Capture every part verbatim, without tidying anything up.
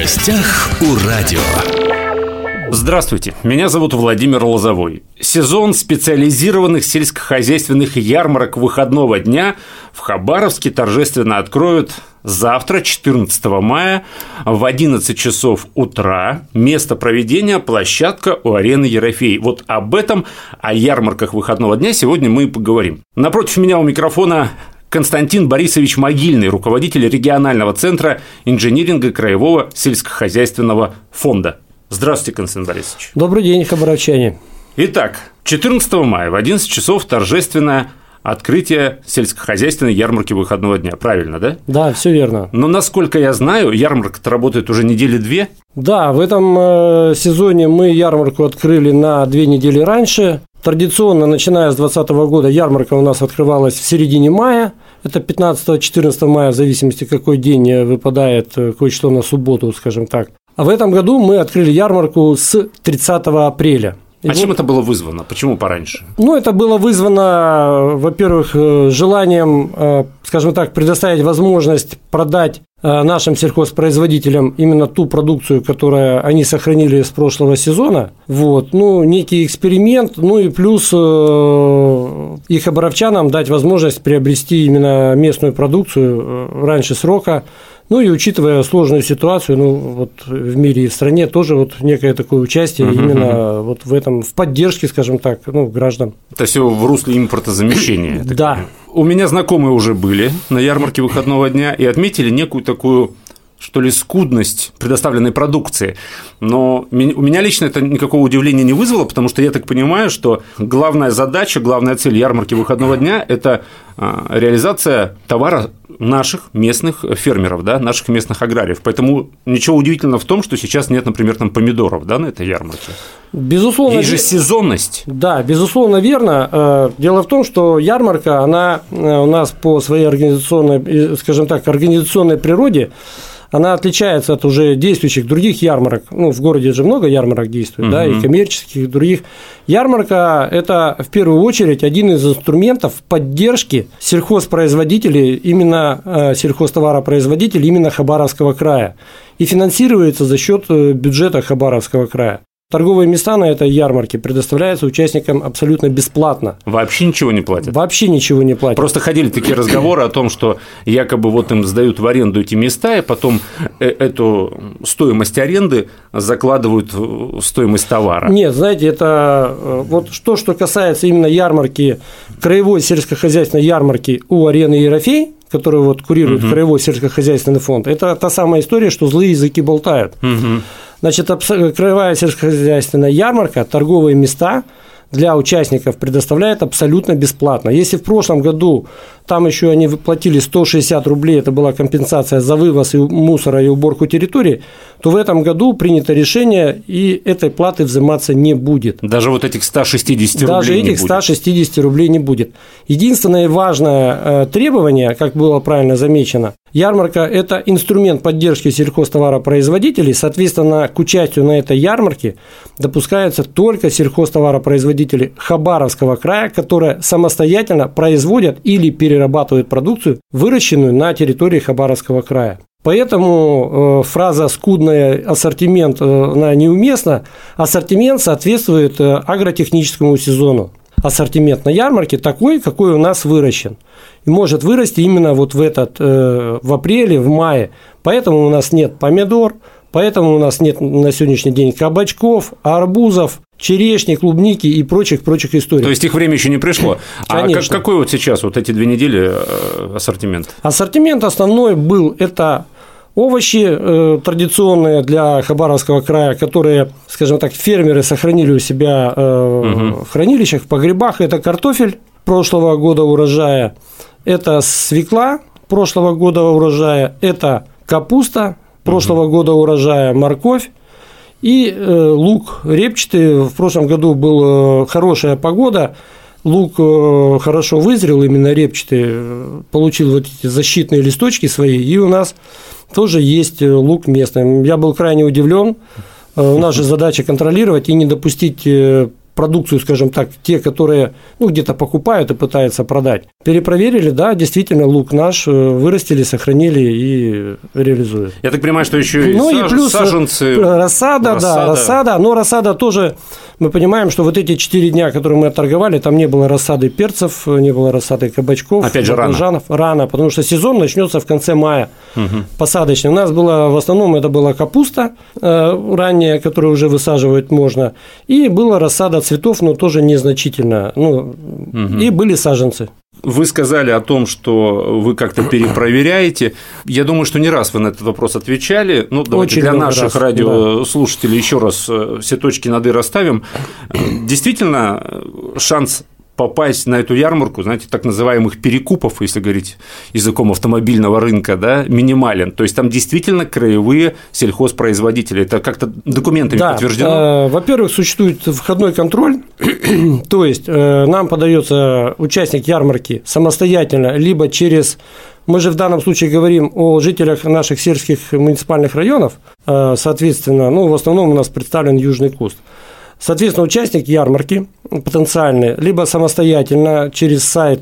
гостях у радио. Здравствуйте, меня зовут Владимир Лозовой. Сезон специализированных сельскохозяйственных ярмарок выходного дня в Хабаровске торжественно откроют завтра, четырнадцатого мая, в одиннадцать часов утра. Место проведения – площадка у арены Ерофей. Вот об этом, о ярмарках выходного дня сегодня мы и поговорим. Напротив меня у микрофона Константин Борисович Могильный, руководитель регионального центра инжиниринга Краевого сельскохозяйственного фонда. Здравствуйте, Константин Борисович. Добрый день, хабаровчане. Итак, четырнадцатого мая в одиннадцать часов торжественное открытие сельскохозяйственной ярмарки выходного дня. Правильно, да? Да, все верно. Но, насколько я знаю, ярмарка-то работает уже недели две. Да, в этом э, сезоне мы ярмарку открыли на две недели раньше. Традиционно, начиная с двадцатого года, ярмарка у нас открывалась в середине мая. Это пятнадцатого-четырнадцатого мая, в зависимости, какой день выпадает, кое-что на субботу, скажем так. А в этом году мы открыли ярмарку с тридцатого апреля. И а вот, чем это было вызвано? Почему пораньше? Ну, это было вызвано, во-первых, желанием, скажем так, предоставить возможность продать нашим сельхозпроизводителям именно ту продукцию, которую они сохранили с прошлого сезона. Вот. Ну, некий эксперимент, ну и плюс и хабаровчанам дать возможность приобрести именно местную продукцию раньше срока. Ну и учитывая сложную ситуацию, ну вот в мире и в стране тоже вот некое такое участие uh-huh. именно вот в этом, в поддержке, скажем так, ну, граждан. Это все в русле импортозамещения. Да. У меня знакомые уже были на ярмарке выходного дня и отметили некую такую, что ли, скудность предоставленной продукции. Но у меня лично это никакого удивления не вызвало, потому что я так понимаю, что главная задача, главная цель ярмарки выходного дня – это реализация товара наших местных фермеров, да, наших местных аграриев. Поэтому ничего удивительного в том, что сейчас нет, например, там помидоров, да, на этой ярмарке. Безусловно. Есть же сезонность. Да, безусловно, верно. Дело в том, что ярмарка, она у нас по своей организационной, скажем так, организационной природе, она отличается от уже действующих других ярмарок. Ну, в городе же много ярмарок действует, uh-huh. да, и коммерческих, и других. Ярмарка – это, в первую очередь, один из инструментов поддержки сельхозпроизводителей, именно сельхозтоваропроизводителей именно Хабаровского края. И финансируется за счет бюджета Хабаровского края. Торговые места на этой ярмарке предоставляются участникам абсолютно бесплатно. Вообще ничего не платят? Вообще ничего не платят. Просто ходили такие разговоры о том, что якобы вот им сдают в аренду эти места, и потом эту стоимость аренды закладывают в стоимость товара. Нет, знаете, это вот то, что касается именно ярмарки, краевой сельскохозяйственной ярмарки у арены Ерофей, которую вот курирует uh-huh. Краевой сельскохозяйственный фонд, это та самая история, что злые языки болтают. Uh-huh. Значит, краевая сельскохозяйственная ярмарка, торговые места для участников предоставляет абсолютно бесплатно. Если в прошлом году там еще они выплатили сто шестьдесят рублей, это была компенсация за вывоз и мусора и уборку территории, то в этом году принято решение, и этой платы взиматься не будет. Даже вот этих ста шестидесяти рублей Даже не будет? Даже этих ста шестидесяти рублей не будет. Единственное важное требование, как было правильно замечено, ярмарка – это инструмент поддержки сельхозтоваропроизводителей, соответственно, к участию на этой ярмарке допускаются только сельхозтоваропроизводители Хабаровского края, которые самостоятельно производят или перерабатывают продукцию, выращенную на территории Хабаровского края. Поэтому э, фраза «скудный ассортимент» э, она неуместна. Ассортимент соответствует э, агротехническому сезону. Ассортимент на ярмарке такой, какой у нас выращен. И может вырасти именно вот в этот, э, в апреле, в мае. Поэтому у нас нет помидор, поэтому у нас нет на сегодняшний день кабачков, арбузов, черешни, клубники и прочих-прочих историй. То есть их время еще не пришло. Конечно. А как, какой вот сейчас, вот эти две недели, ассортимент? Ассортимент основной был – это овощи э, традиционные для Хабаровского края, которые, скажем так, фермеры сохранили у себя э, угу. в хранилищах, в погребах. Это картофель прошлого года урожая, это свекла прошлого года урожая, это капуста прошлого угу. года урожая, морковь. И э, лук репчатый. В прошлом году была хорошая погода, лук э, хорошо вызрел, именно репчатый, э, получил вот эти защитные листочки свои, и у нас тоже есть лук местный. Я был крайне удивлен. Э, у нас же задача контролировать и не допустить э, продукцию, скажем так, те, которые ну, где-то покупают и пытаются продать. Перепроверили, да, действительно, лук наш вырастили, сохранили и реализуют. Я так понимаю, что еще и, ну, саж... и плюс саженцы. Рассада, рассада, да, рассада. Но рассада тоже, мы понимаем, что вот эти четыре дня, которые мы отторговали, там не было рассады перцев, не было рассады кабачков, опять же, рано. рано, потому что сезон начнется в конце мая, угу. посадочный. У нас было, в основном, это была капуста э, ранняя, которую уже высаживать можно, и была рассада цветов, но тоже незначительно, ну, угу. и были саженцы. Вы сказали о том, что вы как-то перепроверяете. Я думаю, что не раз вы на этот вопрос отвечали. Ну, давайте Очень для наших раз, радиослушателей да. еще раз все точки над «и» расставим. Действительно, шанс попасть на эту ярмарку, знаете, так называемых перекупов, если говорить языком автомобильного рынка, да, минимален. То есть там действительно краевые сельхозпроизводители. Это как-то документами да. подтверждено? Во-первых, существует входной контроль, то есть нам подается участник ярмарки самостоятельно, либо через... Мы же в данном случае говорим о жителях наших сельских муниципальных районов, соответственно, ну, в основном у нас представлен Южный Куст. Соответственно, участник ярмарки потенциальный либо самостоятельно через сайт,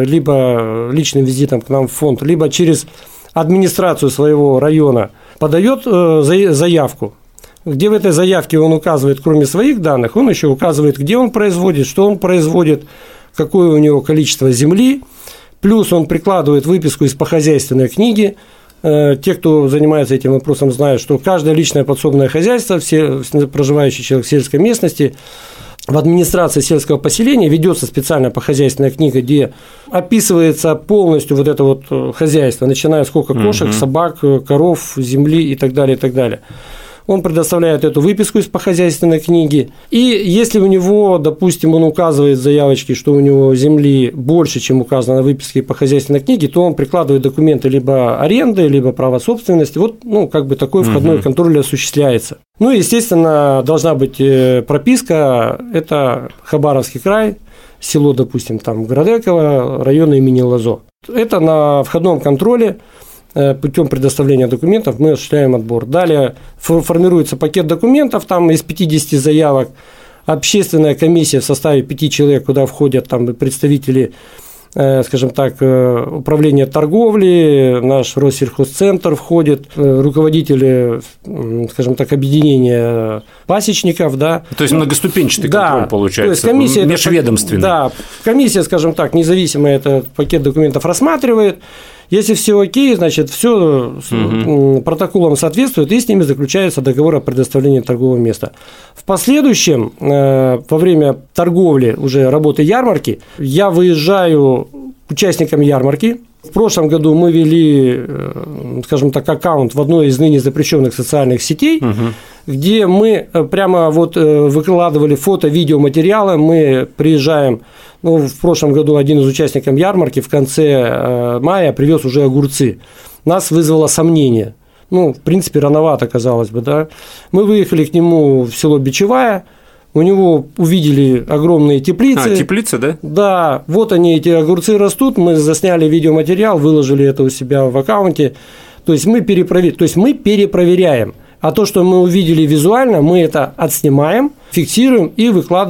либо личным визитом к нам в фонд, либо через администрацию своего района подает заявку, где в этой заявке он указывает, кроме своих данных, он еще указывает, где он производит, что он производит, какое у него количество земли, плюс он прикладывает выписку из похозяйственной книги. Те, кто занимается этим вопросом, знают, что каждое личное подсобное хозяйство, все проживающий человек в сельской местности, в администрации сельского поселения ведется специальная похозяйственная книга, где описывается полностью вот это вот хозяйство, начиная сколько кошек, угу. собак, коров, земли и так далее, и так далее. Он предоставляет эту выписку из похозяйственной книги, и если у него, допустим, он указывает в заявочке, что у него земли больше, чем указано на выписке по хозяйственной книге, то он прикладывает документы либо аренды, либо права собственности. Вот, ну, как бы такой входной угу. контроль осуществляется. Ну, и, естественно, должна быть прописка, это Хабаровский край, село, допустим, там Градеково, район имени Лозо. Это на входном контроле. Путем предоставления документов мы осуществляем отбор. Далее формируется пакет документов, там из пятидесяти заявок, общественная комиссия в составе пяти человек, куда входят там представители, скажем так, управления торговли, наш Россельхозцентр входит, руководители, скажем так, объединения пасечников, да. То есть многоступенчатый да, контроль получается, то есть комиссия, межведомственный. Да, комиссия, скажем так, независимая этот пакет документов рассматривает. Если все окей, значит, все угу. протоколам соответствует, и с ними заключается договор о предоставлении торгового места. В последующем, во время торговли, уже работы ярмарки, я выезжаю к участникам ярмарки. В прошлом году мы вели, скажем так, аккаунт в одной из ныне запрещенных социальных сетей, угу. где мы прямо вот выкладывали фото, видеоматериалы, мы приезжаем. Ну, в прошлом году один из участников ярмарки в конце мая привез уже огурцы. Нас вызвало сомнение. Ну, в принципе, рановато, казалось бы, да. Мы выехали к нему в село Бичевая, у него увидели огромные теплицы. А, теплицы, да? Да, вот они, эти огурцы растут, мы засняли видеоматериал, выложили это у себя в аккаунте. То есть мы перепроверяем, то есть мы перепроверяем. А то, что мы увидели визуально, мы это отснимаем, фиксируем и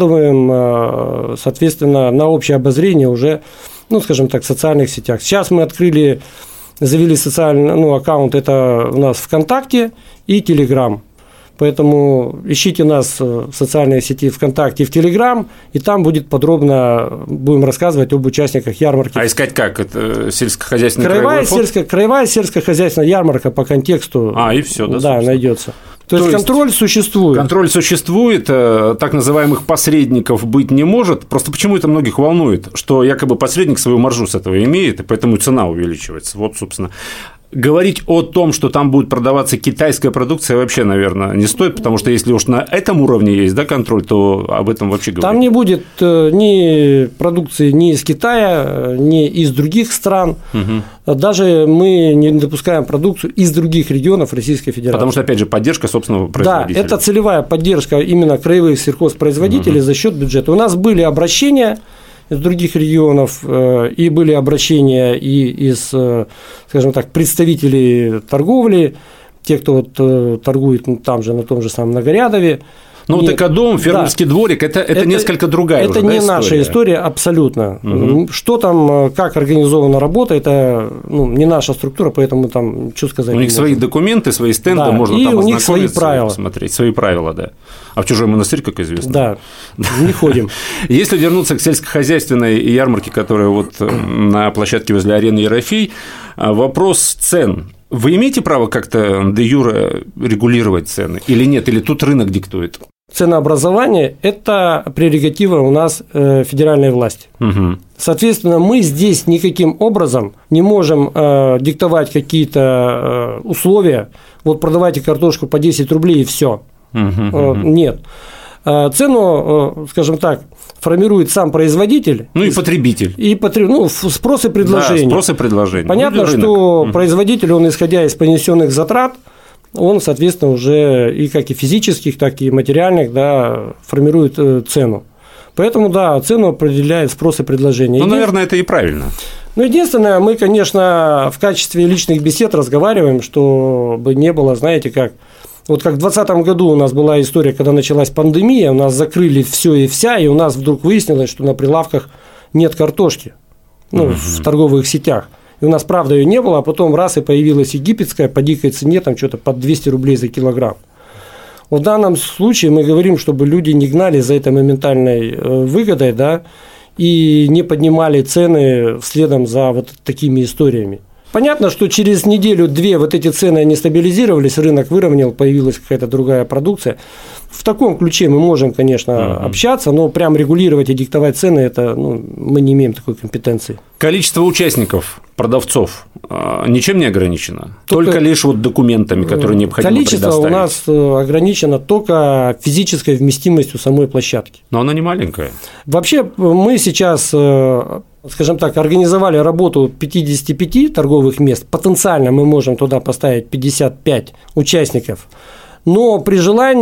выкладываем, соответственно, на общее обозрение уже, ну, скажем так, в социальных сетях. Сейчас мы открыли, завели социальный ну, аккаунт, это у нас ВКонтакте и Телеграм. Поэтому ищите нас в социальной сети ВКонтакте и в Телеграм, и там будет подробно, будем рассказывать об участниках ярмарки. А искать как? Это сельскохозяйственный краевая, сельско, краевая сельскохозяйственная ярмарка по контексту. А, и все, да? Да, найдется. То, То есть, есть контроль существует. Контроль существует, так называемых посредников быть не может. Просто почему это многих волнует, что якобы посредник свою маржу с этого имеет, и поэтому цена увеличивается. Вот, собственно. Говорить о том, что там будет продаваться китайская продукция, вообще, наверное, не стоит, потому что если уж на этом уровне есть, да, контроль, то об этом вообще говорить. Там не будет ни продукции ни из Китая, ни из других стран. Угу. Даже мы не допускаем продукцию из других регионов Российской Федерации. Потому что, опять же, поддержка собственного производителя. Да, это целевая поддержка именно краевых сельхозпроизводителей угу. за счет бюджета. У нас были обращения из других регионов, и были обращения и из, скажем так, представителей торговли, те, кто вот торгует там же, на том же самом Многорядове, Ну, вот экодом, фермерский да. дворик – это, это, это несколько другая Это уже, не да, наша история, история абсолютно. Угу. Что там, как организована работа, это ну, не наша структура, поэтому там, что сказать. У них свои документы, свои стенды, да. можно и там у них свои правила. Смотреть, свои правила, да. А в чужой монастырь, как известно. Да, не ходим. Если вернуться к сельскохозяйственной ярмарке, которая вот на площадке возле арены Ерофей, вопрос цен. Вы имеете право как-то де юре регулировать цены или нет? Или тут рынок диктует? Ценообразование – это прерогатива у нас федеральной власти. Угу. Соответственно, мы здесь никаким образом не можем э, диктовать какие-то э, условия. Вот продавайте картошку по десять рублей и все. Угу, э, угу. Нет. Цену, скажем так, формирует сам производитель. Ну и потребитель. И потреб... ну, спрос и предложение. Да, спрос и предложение. Понятно, ну, что угу. производитель, он, исходя из понесенных затрат, он, соответственно, уже и как и физических, так и материальных, да, формирует цену. Поэтому, да, цену определяет спрос и предложение. Ну, наверное, это и правильно. Ну, единственное, мы, конечно, в качестве личных бесед разговариваем, чтобы не было, знаете, как… Вот как в двадцатом году у нас была история, когда началась пандемия, у нас закрыли все и вся, и у нас вдруг выяснилось, что на прилавках нет картошки, ну, uh-huh. в торговых сетях. И у нас, правда, ее не было, а потом раз и появилась египетская по дикой цене, там что-то под двести рублей за килограмм. В данном случае мы говорим, чтобы люди не гнали за этой моментальной выгодой, да, и не поднимали цены следом за вот такими историями. Понятно, что через неделю-две вот эти цены они стабилизировались, рынок выровнял, появилась какая-то другая продукция. В таком ключе мы можем, конечно, uh-huh. общаться, но прям регулировать и диктовать цены, это, ну, мы не имеем такой компетенции. Количество участников, продавцов, ничем не ограничено? Только, только лишь вот документами, которые необходимо количество предоставить? Количество у нас ограничено только физической вместимостью самой площадки. Но она не маленькая. Вообще мы сейчас… скажем так, организовали работу пятидесяти пяти торговых мест, потенциально мы можем туда поставить пятьдесят пять участников, но при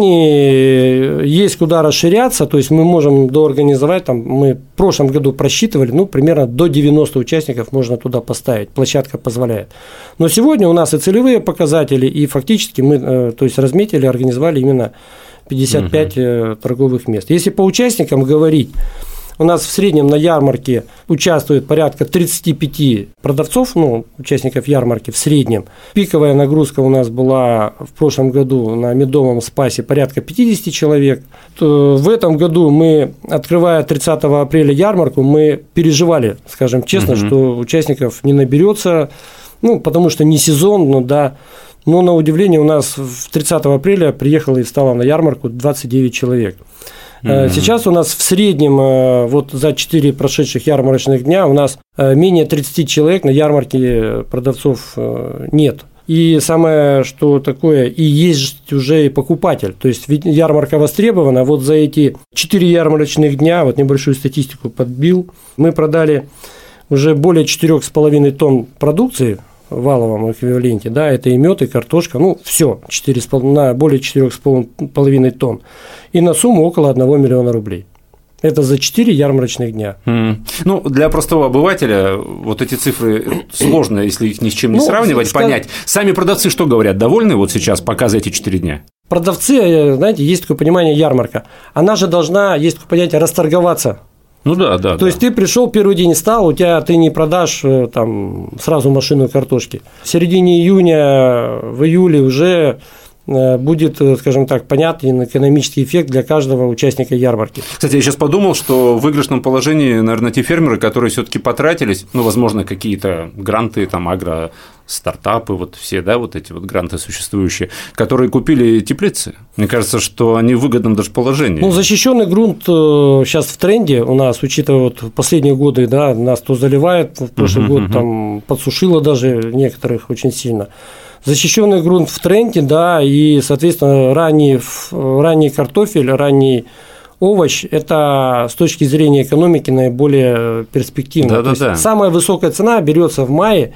желании есть куда расширяться, то есть мы можем доорганизовать, там, мы в прошлом году просчитывали, ну, примерно до девяноста участников можно туда поставить, площадка позволяет. Но сегодня у нас и целевые показатели, и фактически мы, то есть разметили, организовали именно пятьдесят пять угу. торговых мест. Если по участникам говорить, у нас в среднем на ярмарке участвует порядка тридцать пять продавцов, ну, участников ярмарки в среднем. Пиковая нагрузка у нас была в прошлом году на Медовом спасе порядка пятьдесят человек. В этом году мы, открывая тридцатого апреля ярмарку, мы переживали, скажем честно, угу. что участников не наберется, ну, потому что не сезон, но да. Но на удивление у нас тридцатого апреля приехало и стало на ярмарку двадцать девять человек. Mm-hmm. Сейчас у нас в среднем вот за четыре прошедших ярмарочных дня у нас менее тридцати человек на ярмарке продавцов нет. И самое, что такое, и есть уже и покупатель. То есть ярмарка востребована. Вот за эти четыре ярмарочных дня, вот небольшую статистику подбил, мы продали уже более четырёх с половиной тонн продукции в валовом эквиваленте, да, это и мед, и картошка, ну, все, на более четырёх с половиной тонн, и на сумму около одного миллиона рублей. Это за четыре ярмарочных дня. Mm. Ну, для простого обывателя вот эти цифры сложно, если их ни с чем не ну, сравнивать, сказ... понять. Сами продавцы что говорят? Довольны вот сейчас, пока за эти четыре дня? Продавцы, знаете, есть такое понимание ярмарка. Она же должна, есть такое понятие, расторговаться. Ну да, да. То да. есть ты пришел первый день стал, у тебя ты не продашь там сразу машину картошки. В середине июня, в июле уже будет, скажем так, понятен экономический эффект для каждого участника ярмарки. Кстати, я сейчас подумал, что в выигрышном положении, наверное, те фермеры, которые все-таки потратились, ну, возможно, какие-то гранты, там, агро-стартапы, вот все, да, вот эти вот гранты существующие, которые купили теплицы. Мне кажется, что они в выгодном даже положении. Ну, защищенный грунт сейчас в тренде у нас, учитывая вот последние годы, да, нас то заливает, в прошлый uh-huh, год uh-huh. там подсушило даже некоторых очень сильно. Защищенный грунт в тренде, да, и, соответственно, ранний, ранний картофель, ранний овощ – это с точки зрения экономики наиболее перспективно. Да, да, да. Самая высокая цена берется в мае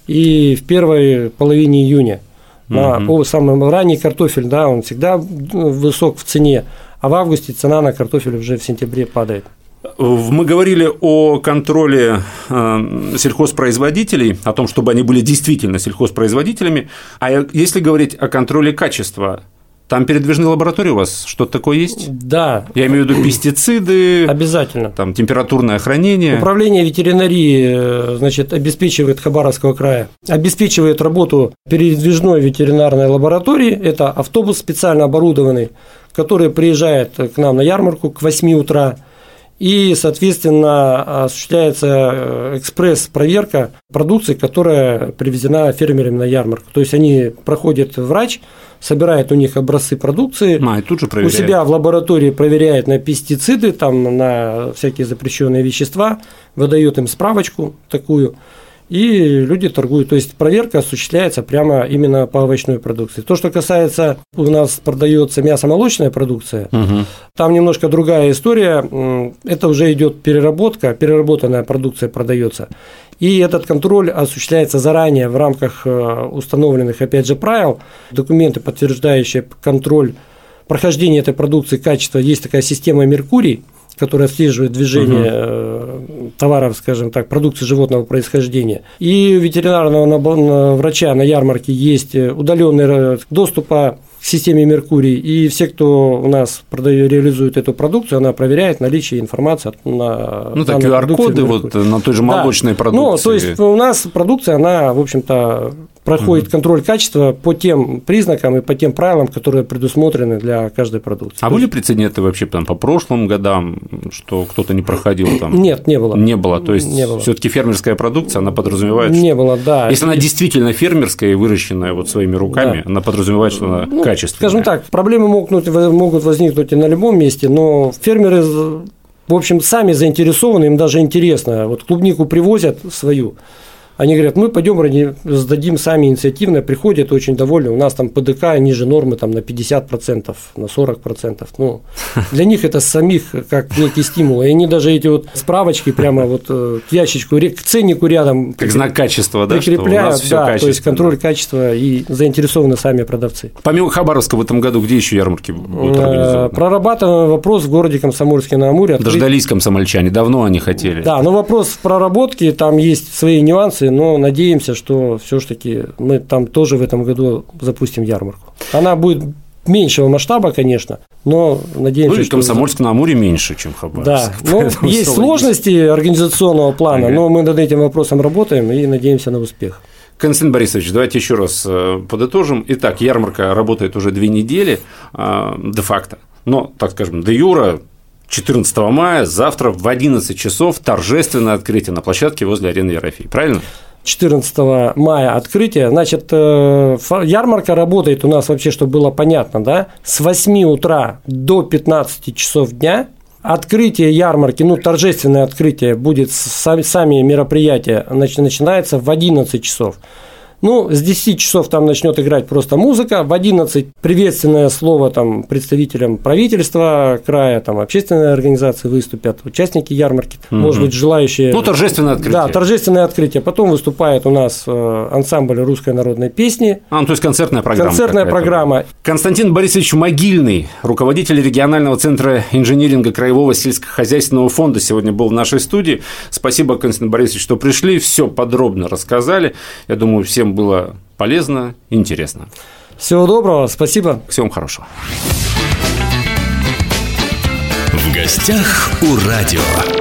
и в первой половине июня. Угу. Самый ранний картофель, да, он всегда высок в цене, а в августе цена на картофель уже в сентябре падает. Мы говорили о контроле сельхозпроизводителей, о том, чтобы они были действительно сельхозпроизводителями. А если говорить о контроле качества Там передвижные лаборатории у вас что-то такое есть? Да. Я имею в виду пестициды. Обязательно. Там температурное хранение. Управление ветеринарии, значит, обеспечивает Хабаровского края, обеспечивает работу передвижной ветеринарной лаборатории. Это автобус специально оборудованный, который приезжает к нам на ярмарку к восьми утра. И, соответственно, осуществляется экспресс-проверка продукции, которая привезена фермерами на ярмарку. То есть они проходят врач, собирает у них образцы продукции, а, и тут же проверяет. У себя в лаборатории проверяет на пестициды, там, на всякие запрещенные вещества, выдает им справочку такую. И люди торгуют. То есть проверка осуществляется прямо именно по овощной продукции. То, что касается, у нас продается мясомолочная продукция, угу. Там немножко другая история. Это уже идет переработка, переработанная продукция продается. И этот контроль осуществляется заранее в рамках установленных, опять же, правил. Документы, подтверждающие контроль прохождения этой продукции, качества, есть такая система «Меркурий», которая отслеживает движение угу. товаров, скажем так, продукции животного происхождения. И у ветеринарного врача на ярмарке есть удаленный доступ к системе «Меркурий», и все, кто у нас продает, реализует эту продукцию, она проверяет наличие информации на ну, так ку ар коды вот на той же молочной да. продукции. Ну, то есть у нас продукция, она, в общем-то, проходит угу. контроль качества по тем признакам и по тем правилам, которые предусмотрены для каждой продукции. А были прецеденты вообще там, по прошлым годам, что кто-то не проходил там? Нет, не было. Не было. То есть все-таки фермерская продукция, она подразумевает. Не было, да. Если она действительно фермерская и выращенная вот своими руками, да. она подразумевает, что она ну, качественная. Скажем так, проблемы могут, могут возникнуть и на любом месте, но фермеры, в общем, сами заинтересованы, им даже интересно. Вот клубнику привозят свою. Они говорят, мы пойдем сдадим сами инициативно, приходят очень довольны, у нас там ПДК ниже нормы там, на пятьдесят процентов, на сорок процентов. Ну, для них это самих как некий стимул. И они даже эти вот справочки прямо вот к ящичку, к ценнику рядом как знак качества, да, прикрепляют, что у нас всё да, качественно. То есть контроль качества и заинтересованы сами продавцы. Помимо Хабаровска в этом году где еще ярмарки будут организованы? Прорабатываем вопрос в городе Комсомольске-на-Амуре. Дождались комсомольчане, давно они хотели. Да, но вопрос в проработке, там есть свои нюансы, но надеемся, что все-таки мы там тоже в этом году запустим ярмарку. Она будет меньшего масштаба, конечно, но надеемся, ну, и что… Комсомольск-на-Амуре меньше, чем Хабаровск. Да, ну, есть сложности организационного плана, ага. но мы над этим вопросом работаем и надеемся на успех. Константин Борисович, давайте еще раз подытожим. Итак, ярмарка работает уже две недели де-факто, но, так скажем, де-юре четырнадцатого мая, завтра в одиннадцать часов торжественное открытие на площадке возле арены Ерофей, правильно? четырнадцатого мая открытие. Значит, ярмарка работает у нас вообще, чтобы было понятно, да, с восьми утра до пятнадцати часов дня. Открытие ярмарки, ну, торжественное открытие будет, сами мероприятия начинается в одиннадцать часов. Ну, с десяти часов там начнет играть просто музыка, в одиннадцать приветственное слово там представителям правительства края, там общественные организации выступят, участники ярмарки, угу. может быть, желающие… Ну, торжественное открытие. Да, торжественное открытие. Потом выступает у нас ансамбль русской народной песни. А, ну, то есть концертная программа. Концертная программа. Константин Борисович Могильный, руководитель регионального центра инжиниринга Краевого сельскохозяйственного фонда, сегодня был в нашей студии. Спасибо, Константин Борисович, что пришли, все подробно рассказали. Я думаю, всем было полезно, интересно. Всего доброго, спасибо. Всем хорошего. В гостях у радио.